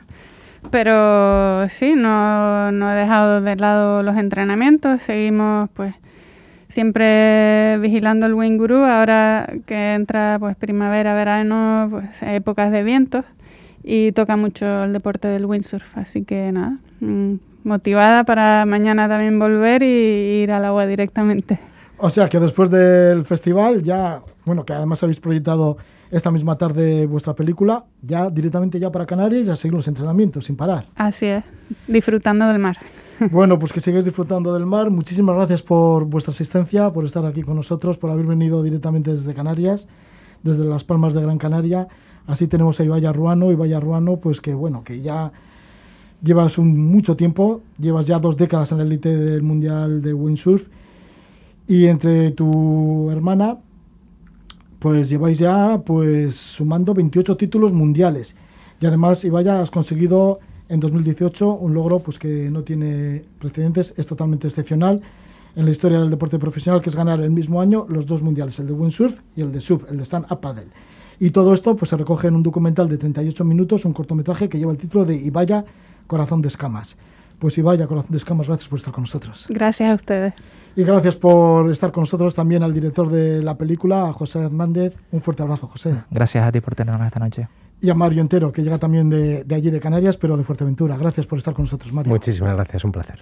pero sí, no he dejado de lado los entrenamientos, seguimos pues siempre vigilando el Wind Guru, ahora que entra pues primavera, verano, pues épocas de vientos y toca mucho el deporte del windsurf, así que nada, motivada para mañana también volver y ir al agua directamente. O sea que después del festival ya, bueno, que además habéis proyectado esta misma tarde vuestra película, ya directamente ya para Canarias y a seguir los entrenamientos sin parar. Así es, disfrutando del mar. Bueno, pues que sigáis disfrutando del mar. Muchísimas gracias por vuestra asistencia, por estar aquí con nosotros, por haber venido directamente desde Canarias, desde Las Palmas de Gran Canaria. Así tenemos a Ibaya Ruano, pues que bueno, que ya llevas mucho tiempo, llevas ya 2 décadas en la élite del Mundial de Windsurf y entre tu hermana pues lleváis ya pues sumando 28 títulos mundiales y además Ibaya has conseguido en 2018 un logro pues que no tiene precedentes, es totalmente excepcional en la historia del deporte profesional, que es ganar el mismo año los 2 mundiales, el de windsurf y el de surf, el de stand-up paddle. Y todo esto pues se recoge en un documental de 38 minutos, un cortometraje que lleva el título de Ibaya, Corazón de Escamas. Pues Ibaya, Corazón de Escamas, gracias por estar con nosotros. Gracias a ustedes. Y gracias por estar con nosotros también al director de la película, a José Hernández. Un fuerte abrazo, José. Gracias a ti por tenernos esta noche. Y a Mario Entero, que llega también de allí de Canarias, pero de Fuerteventura. Gracias por estar con nosotros, Mario. Muchísimas gracias, un placer.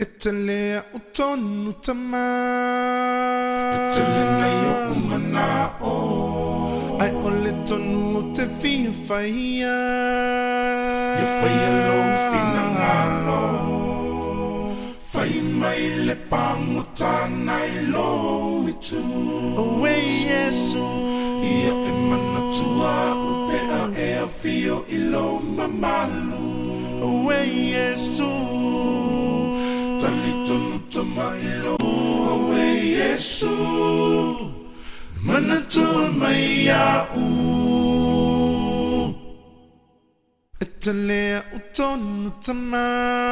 Fio ilo mamalu away yesu talito nutama ilo away yesu manatu maya etalea utonutama.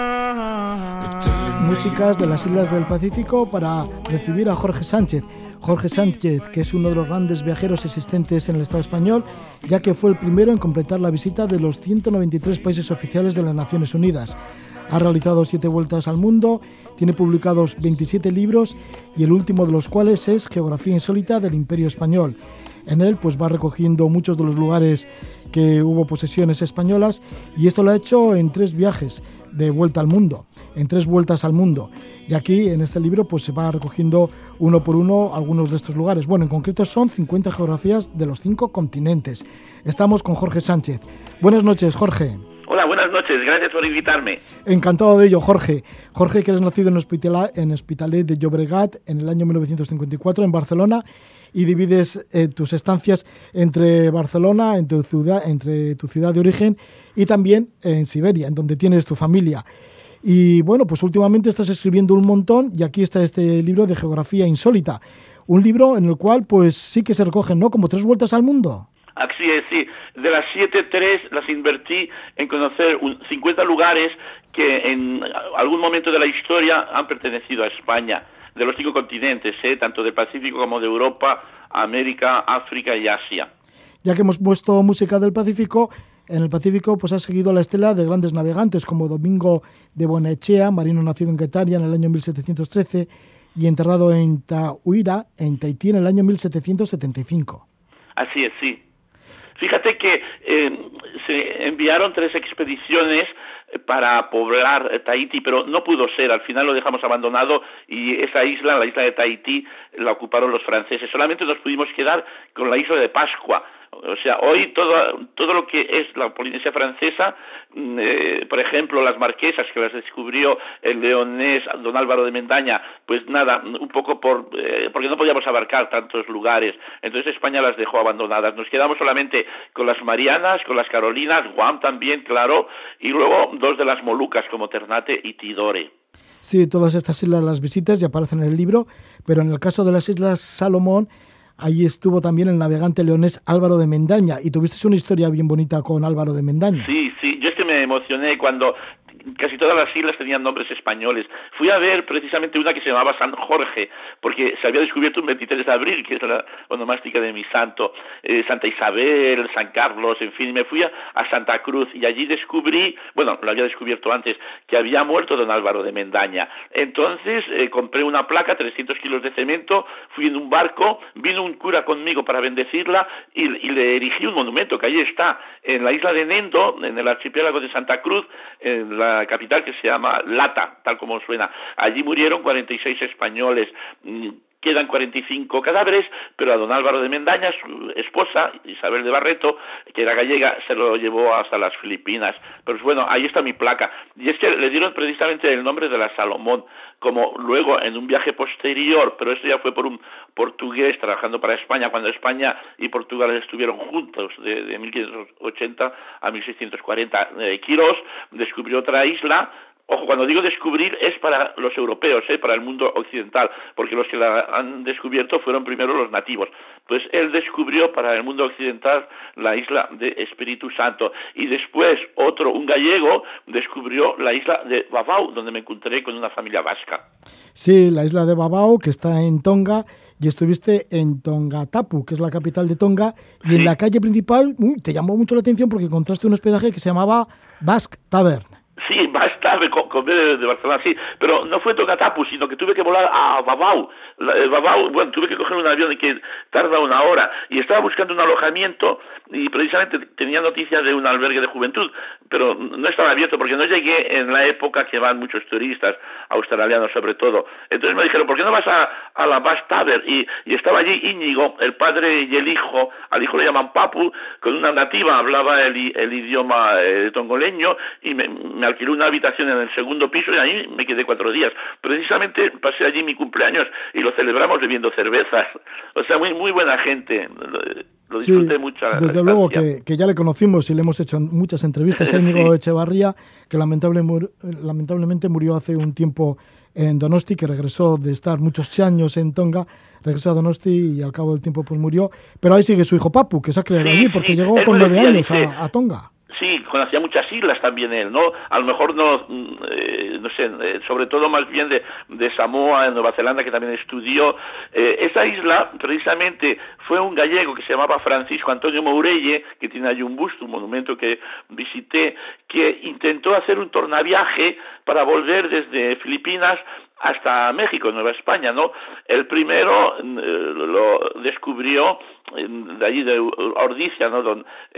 Músicas de las Islas del Pacífico para recibir a Jorge Sánchez. Jorge Sánchez, que es uno de los grandes viajeros existentes en el Estado español, ya que fue el primero en completar la visita de los 193 países oficiales de las Naciones Unidas. Ha realizado 7 vueltas al mundo, tiene publicados 27 libros y el último de los cuales es Geografía insólita del Imperio Español. En él pues va recogiendo muchos de los lugares que hubo posesiones españolas y esto lo ha hecho en 3 viajes de vuelta al mundo, en 3 vueltas al mundo. Y aquí en este libro pues se va recogiendo uno por uno algunos de estos lugares. Bueno, en concreto son 50 geografías de los 5 continentes. Estamos con Jorge Sánchez. Buenas noches, Jorge. Hola, buenas noches, gracias por invitarme. Encantado de ello, Jorge. Jorge, que eres nacido en Hospitalet de Llobregat en el año 1954 en Barcelona y divides tus estancias entre Barcelona, entre tu ciudad de origen y también en Siberia, en donde tienes tu familia. Y bueno, pues últimamente estás escribiendo un montón y aquí está este libro de Geografía insólita. Un libro en el cual pues sí que se recogen, ¿no? Como 3 vueltas al mundo. Así es, sí. De las 7, 3 las invertí en conocer 50 lugares que en algún momento de la historia han pertenecido a España, de los 5 continentes, tanto del Pacífico como de Europa, América, África y Asia. Ya que hemos puesto música del Pacífico, en el Pacífico pues ha seguido la estela de grandes navegantes como Domingo de Buenaechea, marino nacido en Guetaria en el año 1713 y enterrado en Tahuira, en Tahití, en el año 1775. Así es, sí. Fíjate que se enviaron 3 expediciones para poblar Tahití, pero no pudo ser, al final lo dejamos abandonado y esa isla, la isla de Tahití, la ocuparon los franceses. Solamente nos pudimos quedar con la isla de Pascua. O sea, hoy todo lo que es la Polinesia francesa, por ejemplo, las Marquesas, que las descubrió el leonés don Álvaro de Mendaña, pues nada, un poco porque no podíamos abarcar tantos lugares. Entonces España las dejó abandonadas. Nos quedamos solamente con las Marianas, con las Carolinas, Guam también, claro, y luego 2 de las Molucas, como Ternate y Tidore. Sí, todas estas islas las visitas y aparecen en el libro, pero en el caso de las Islas Salomón, ahí estuvo también el navegante leonés Álvaro de Mendaña, y tuviste una historia bien bonita con Álvaro de Mendaña. Sí, yo es que me emocioné cuando casi todas las islas tenían nombres españoles. Fui a ver precisamente una que se llamaba San Jorge, porque se había descubierto un 23 de abril, que es la onomástica de mi santo, Santa Isabel, San Carlos, en fin, me fui a Santa Cruz y allí descubrí, bueno, lo había descubierto antes, que había muerto don Álvaro de Mendaña. Entonces compré una placa, 300 kilos de cemento, fui en un barco, vino un cura conmigo para bendecirla y le erigí un monumento que ahí está, en la isla de Nendo, en el archipiélago de Santa Cruz, en la capital, que se llama Lata, tal como suena. Allí murieron 46 españoles. Quedan 45 cadáveres, pero a don Álvaro de Mendaña, su esposa, Isabel de Barreto, que era gallega, se lo llevó hasta las Filipinas. Pero bueno, ahí está mi placa. Y es que le dieron precisamente el nombre de la Salomón, como luego en un viaje posterior, pero esto ya fue por un portugués trabajando para España, cuando España y Portugal estuvieron juntos de 1580 a 1640. Quirós descubrió otra isla. Ojo, cuando digo descubrir es para los europeos, para el mundo occidental, porque los que la han descubierto fueron primero los nativos. Pues él descubrió para el mundo occidental la isla de Espíritu Santo. Y después un gallego, descubrió la isla de Babao, donde me encontré con una familia vasca. Sí, la isla de Babao, que está en Tonga, y estuviste en Tongatapu, que es la capital de Tonga, y en la calle principal te llamó mucho la atención porque encontraste un hospedaje que se llamaba Basque Tavern. Sí, más tarde con de Barcelona, sí, pero no fue Tongatapu, sino que tuve que volar a Babao. Babao, bueno, tuve que coger un avión que tarda 1 hora, y estaba buscando un alojamiento, y precisamente tenía noticias de un albergue de juventud, pero no estaba abierto, porque no llegué en la época que van muchos turistas, australianos sobre todo. Entonces me dijeron, ¿por qué no vas a la Basque Tavern? Y estaba allí Íñigo, el padre y el hijo, al hijo le llaman Papu, con una nativa, hablaba el idioma tongoleño, y me alquiló una habitación en el segundo piso y ahí me quedé 4 días. Precisamente pasé allí mi cumpleaños y lo celebramos bebiendo cervezas. O sea, muy muy buena gente. Lo disfruté mucho. Desde luego que ya le conocimos y le hemos hecho muchas entrevistas a Íñigo Echevarría, que lamentablemente murió hace un tiempo en Donosti, que regresó de estar muchos años en Tonga, regresó a Donosti y al cabo del tiempo pues murió. Pero ahí sigue su hijo Papu, que se ha creado allí porque llegó con 9 años a Tonga. Sí, conocía muchas islas también él, ¿no? A lo mejor no sé, sobre todo más bien de Samoa, en Nueva Zelanda, que también estudió. Esa isla, precisamente, fue un gallego que se llamaba Francisco Antonio Mourelle, que tiene allí un busto, un monumento que visité, que intentó hacer un tornaviaje para volver desde Filipinas hasta México, Nueva España, ¿no? El primero lo descubrió de allí de Ordizia, ¿no?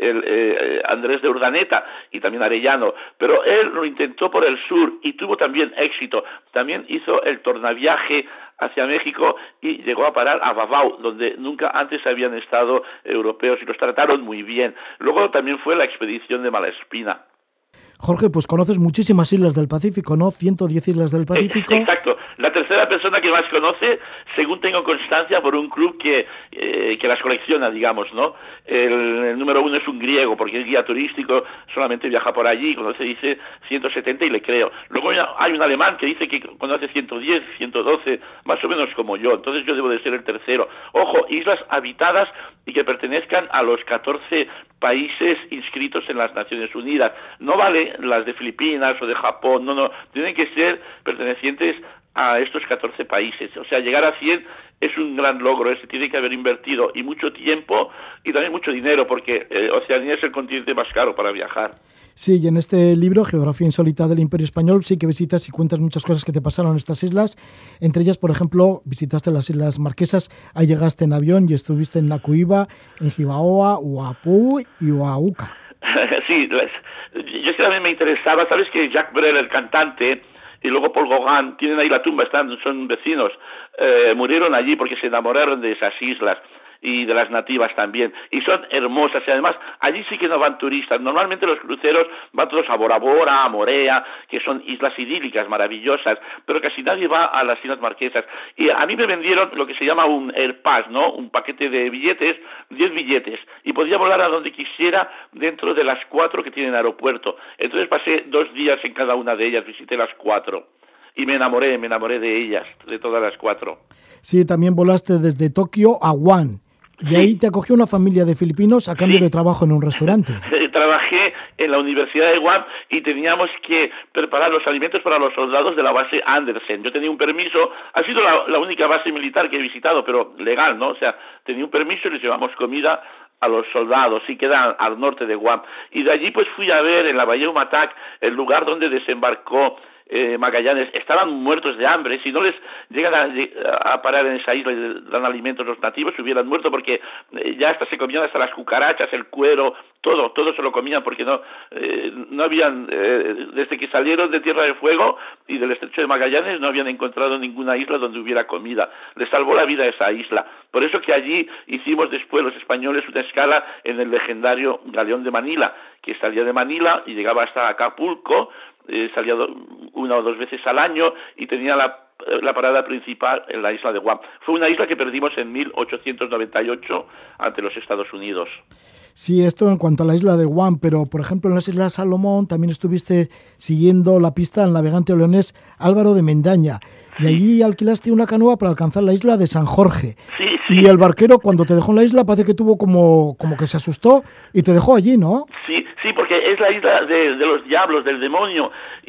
Andrés de Urdaneta y también Arellano, pero él lo intentó por el sur y tuvo también éxito. También hizo el tornaviaje hacia México y llegó a parar a Babao, donde nunca antes habían estado europeos y los trataron muy bien. Luego también fue la expedición de Malaspina. Jorge, pues conoces muchísimas islas del Pacífico, ¿no? 110 islas del Pacífico. Exacto. La tercera persona que más conoce, según tengo constancia, por un club que las colecciona, digamos, ¿no? El número 1 es un griego, porque es guía turístico, solamente viaja por allí, conoce, dice 170 y le creo. Luego hay un alemán que dice que conoce 110, 112, más o menos como yo. Entonces yo debo de ser el tercero. Ojo, islas habitadas y que pertenezcan a los 14 países inscritos en las Naciones Unidas. No vale las de Filipinas o de Japón, no, tienen que ser pertenecientes a estos 14 países. O sea, llegar a 100 es un gran logro, se tiene que haber invertido y mucho tiempo y también mucho dinero, porque Oceanía es el continente más caro para viajar. Sí, y en este libro, Geografía Insólita del Imperio Español, sí que visitas y cuentas muchas cosas que te pasaron en estas islas. Entre ellas, por ejemplo, visitaste las Islas Marquesas, ahí llegaste en avión y estuviste en Nakuiva, en Jibaoa, Uapu y Uauca. Sí, yo también me interesaba, sabes que Jacques Brel, el cantante, y luego Paul Gauguin, tienen ahí la tumba, son vecinos, murieron allí porque se enamoraron de esas islas y de las nativas también, y son hermosas, y además allí sí que no van turistas. Normalmente los cruceros van todos a Bora Bora, a Morea, que son islas idílicas, maravillosas, pero casi nadie va a las Islas Marquesas. Y a mí me vendieron lo que se llama un AirPass, ¿no? Un paquete de billetes, 10 billetes, y podía volar a donde quisiera dentro de las 4 que tienen aeropuerto. Entonces pasé 2 días en cada una de ellas, visité las 4. y me enamoré de ellas, de todas las 4. Sí, también volaste desde Tokio a Guam. Y ahí te acogió una familia de filipinos a cambio de trabajo en un restaurante. Trabajé en la Universidad de Guam y teníamos que preparar los alimentos para los soldados de la base Andersen. Yo tenía un permiso, ha sido la única base militar que he visitado, pero legal, ¿no? O sea, tenía un permiso y les llevamos comida a los soldados, y queda al norte de Guam. Y de allí pues fui a ver en la Bahía Umatac el lugar donde desembarcó Magallanes. Estaban muertos de hambre. Si no les llegan a parar en esa isla y les dan alimentos los nativos, se hubieran muerto, porque ya hasta se comían hasta las cucarachas, el cuero, todo se lo comían, porque no habían, desde que salieron de Tierra de Fuego y del estrecho de Magallanes, no habían encontrado ninguna isla donde hubiera comida. Les salvó la vida esa isla. Por eso que allí hicimos después los españoles una escala en el legendario galeón de Manila, que salía de Manila y llegaba hasta Acapulco, salía 1 o 2 veces al año y tenía la parada principal en la isla de Guam. Fue una isla que perdimos en 1898 ante los Estados Unidos. Sí, esto en cuanto a la isla de Guam, pero por ejemplo en las Islas Salomón también estuviste siguiendo la pista del navegante leonés Álvaro de Mendaña, y allí alquilaste una canoa para alcanzar la isla de San Jorge. Sí. Y el barquero, cuando te dejó en la isla, parece que tuvo como que se asustó y te dejó allí, ¿no? Sí, porque es la isla de los diablos, del demonio,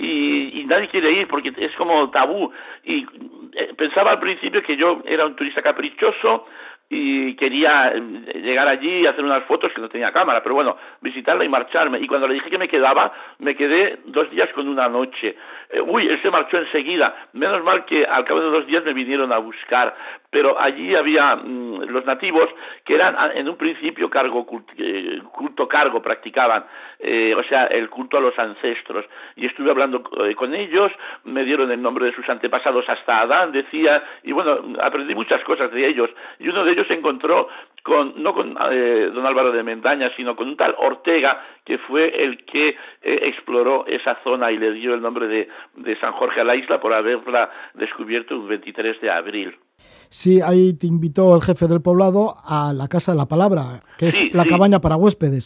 y nadie quiere ir porque es como tabú. Y pensaba al principio que yo era un turista caprichoso y quería llegar allí y hacer unas fotos, que no tenía cámara, pero bueno, visitarla y marcharme. Y cuando le dije que me quedé 2 días con una noche. Él se marchó enseguida. Menos mal que al cabo de 2 días me vinieron a buscar. Pero allí había los nativos que eran en un principio culto cargo practicaban, o sea, el culto a los ancestros. Y estuve hablando con ellos, me dieron el nombre de sus antepasados hasta Adán, decía, y bueno, aprendí muchas cosas de ellos. Y uno de ellos se encontró no con don Álvaro de Mendaña, sino con un tal Ortega, que fue el que exploró esa zona y le dio el nombre de San Jorge a la isla por haberla descubierto un 23 de abril. Sí, ahí te invitó el jefe del poblado a la Casa de la Palabra, que es la cabaña para huéspedes.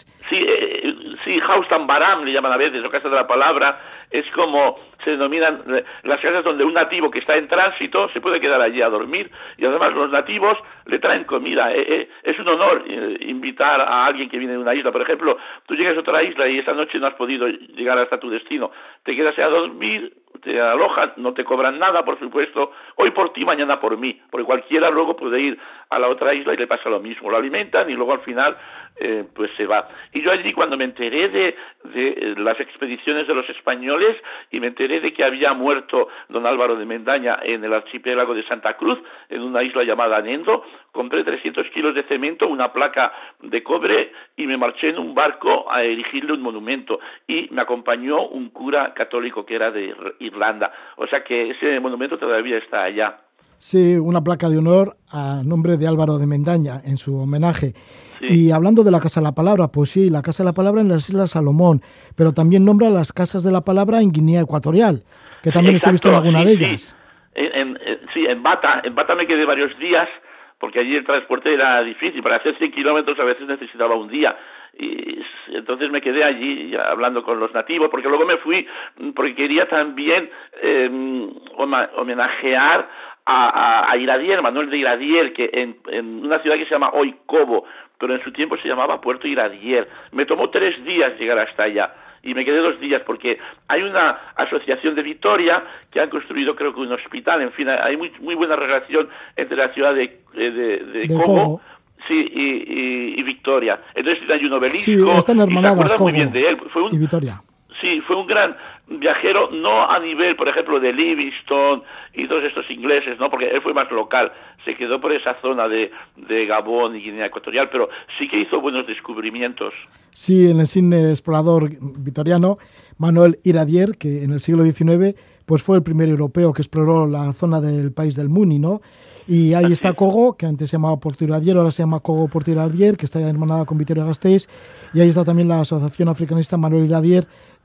Sí, Haus Tambaram le llaman a veces, o Casa de la Palabra, es como se denominan las casas donde un nativo que está en tránsito se puede quedar allí a dormir, y además los nativos le traen comida. Es un honor invitar a alguien que viene de una isla. Por ejemplo, tú llegas a otra isla y esta noche no has podido llegar hasta tu destino, te quedas a dormir, te alojan, no te cobran nada, por supuesto, hoy por ti, mañana por mí, porque cualquiera luego puede ir a la otra isla y le pasa lo mismo, lo alimentan y luego al final pues se va. Y yo allí, cuando me enteré de las expediciones de los españoles y me enteré de que había muerto don Álvaro de Mendaña en el archipiélago de Santa Cruz, en una isla llamada Nendo, compré 300 kilos de cemento, una placa de cobre y me marché en un barco a erigirle un monumento, y me acompañó un cura católico que era de Irlanda, o sea que ese monumento todavía está allá. Sí, una placa de honor a nombre de Álvaro de Mendaña en su homenaje. Sí. Y hablando de la Casa de la Palabra, pues sí, la Casa de la Palabra en las Islas Salomón, pero también nombra las Casas de la Palabra en Guinea Ecuatorial, que también estuviste en alguna de ellas. Sí, en Bata me quedé varios días, porque allí el transporte era difícil. Para hacer 100 kilómetros a veces necesitaba un día. Y entonces me quedé allí hablando con los nativos, porque luego me fui, porque quería también homenajear a Iradier, Manuel de Iradier, que en una ciudad que se llama Oikobo, pero en su tiempo se llamaba Puerto Iradier. Me tomó 3 días llegar hasta allá. Y me quedé 2 días porque hay una asociación de Vitoria que han construido, creo que un hospital. En fin, hay muy buena relación entre la ciudad de Cobo, sí, y Victoria. Entonces hay un obelisco. Sí, están hermanadas, Cobo, muy bien de él. y Vitoria. Sí, fue un gran viajero, no a nivel, por ejemplo, de Livingstone y todos estos ingleses, ¿no? Porque él fue más local, se quedó por esa zona de Gabón y Guinea Ecuatorial, pero sí que hizo buenos descubrimientos. Sí, el insigne explorador vitoriano Manuel Iradier, que en el siglo XIX pues fue el primer europeo que exploró la zona del país del Muni, ¿no? Y ahí está Cogo, que antes se llamaba Puerto Iradier, ahora se llama Cogo Puerto Iradier, que está hermanada con Vitoria-Gasteiz, y ahí está también la Asociación Africanista Manuel Iradier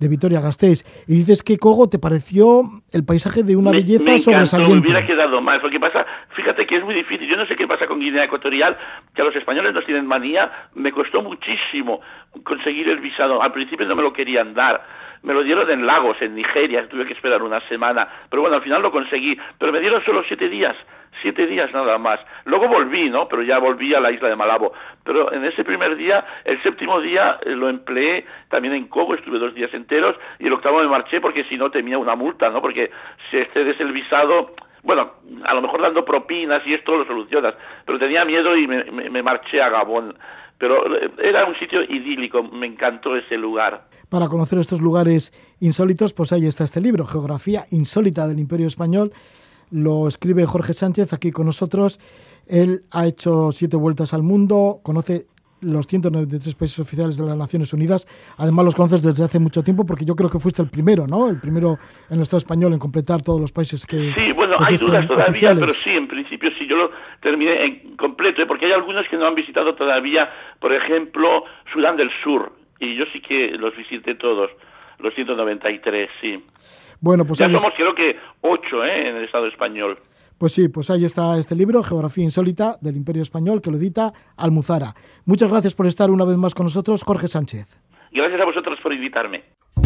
de Vitoria-Gasteiz. Y dices que Cogo te pareció el paisaje de una belleza sobresaliente. Me hubiera quedado más. Lo que pasa, fíjate que es muy difícil. Yo no sé qué pasa con Guinea Ecuatorial, que a los españoles nos tienen manía. Me costó muchísimo conseguir el visado. Al principio no me lo querían dar. Me lo dieron en Lagos, en Nigeria. Tuve que esperar una semana. Pero bueno, al final lo conseguí. Pero me dieron solo 7 días. 7 días nada más. Luego volví, ¿no? Pero ya volví a la isla de Malabo. Pero en ese primer día, el 7º día lo empleé también en Cogo, estuve 2 días enteros, y el 8º me marché porque si no temía una multa, ¿no? Porque si excedes el visado, bueno, a lo mejor dando propinas y esto lo solucionas, pero tenía miedo y me marché a Gabón. Pero era un sitio idílico, me encantó ese lugar. Para conocer estos lugares insólitos, pues ahí está este libro, Geografía Insólita del Imperio Español. Lo escribe Jorge Sánchez aquí con nosotros. Él ha hecho 7 vueltas al mundo, conoce los 193 países oficiales de las Naciones Unidas. Además los conoces desde hace mucho tiempo porque yo creo que fuiste el primero, ¿no? El primero en el Estado español en completar todos los países que sí, bueno, que hay dudas todavía, oficiales. Pero sí, en principio sí, yo lo terminé en completo, porque hay algunos que no han visitado todavía, por ejemplo, Sudán del Sur, y yo sí que los visité todos, los 193, sí. Bueno, pues ya somos creo que 8 en el Estado español. Pues sí, pues ahí está este libro, Geografía Insólita del Imperio Español, que lo edita Almuzara. Muchas gracias por estar una vez más con nosotros, Jorge Sánchez. Gracias a vosotros por invitarme.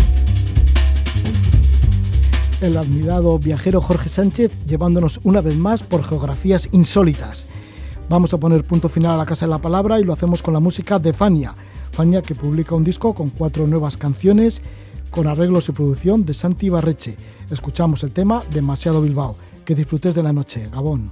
El admirado viajero Jorge Sánchez llevándonos una vez más por geografías insólitas. Vamos a poner punto final a la Casa de la Palabra y lo hacemos con la música de Fania. Fania, que publica un disco con 4 nuevas canciones con arreglos y producción de Santi Barreche. Escuchamos el tema Demasiado Bilbao. Que disfrutes de la noche, Gabón.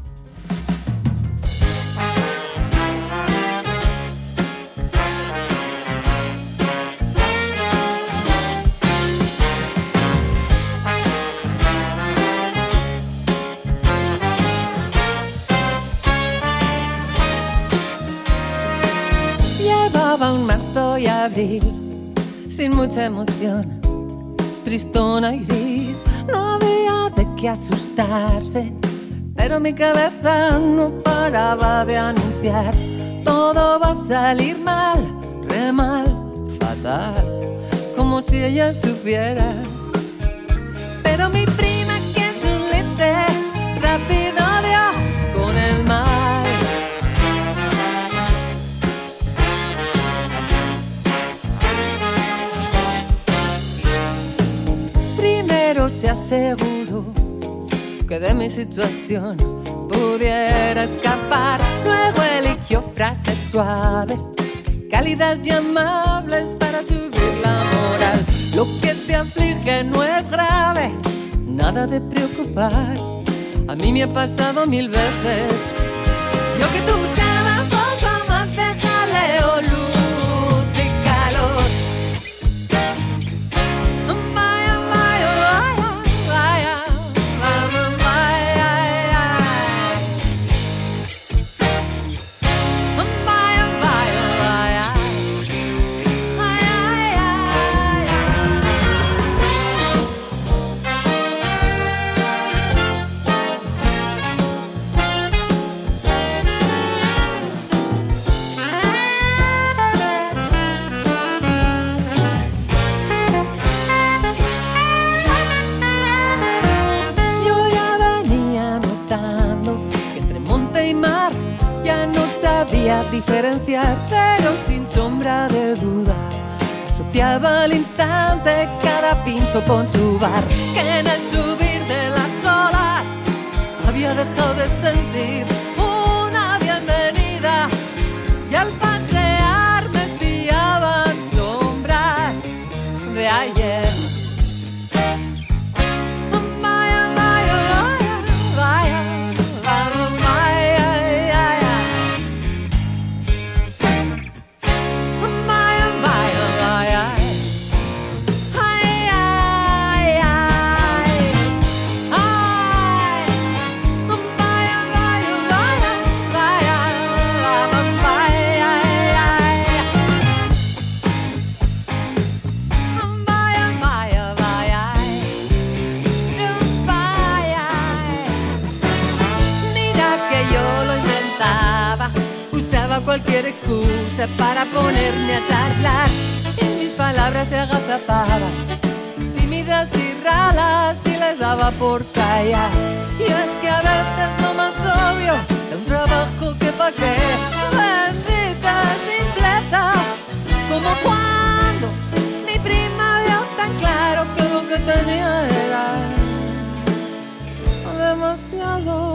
Llevaba un marzo y abril sin mucha emoción, tristona y gris, no había de qué asustarse, pero mi cabeza no paraba de anunciar: todo va a salir mal, re mal, fatal, como si ella supiera. Pero mi prima, que es un lente, rápido dio con el mal. Primero se aseguró que de mi situación pudiera escapar. Luego eligió frases suaves, cálidas y amables para subir la moral. Lo que te aflige no es grave, nada de preocupar. A mí me ha pasado 1000 veces. Yo que tú buscaba un poco más de jaleo, luz y calor. Diferenciar, pero sin sombra de duda asociaba al instante cada pincho con su bar, que en el subir de las olas había dejado de sentir una bienvenida, y al pasear me espiaban sombras de ayer. Cualquier excusa para ponerme a charlar, y mis palabras se agazapaban largas y ralas y les daba por callar. Y es que a veces lo más obvio de un trabajo que pa' qué, bendita simpleza, como cuando mi prima vio tan claro que lo que tenía era demasiado.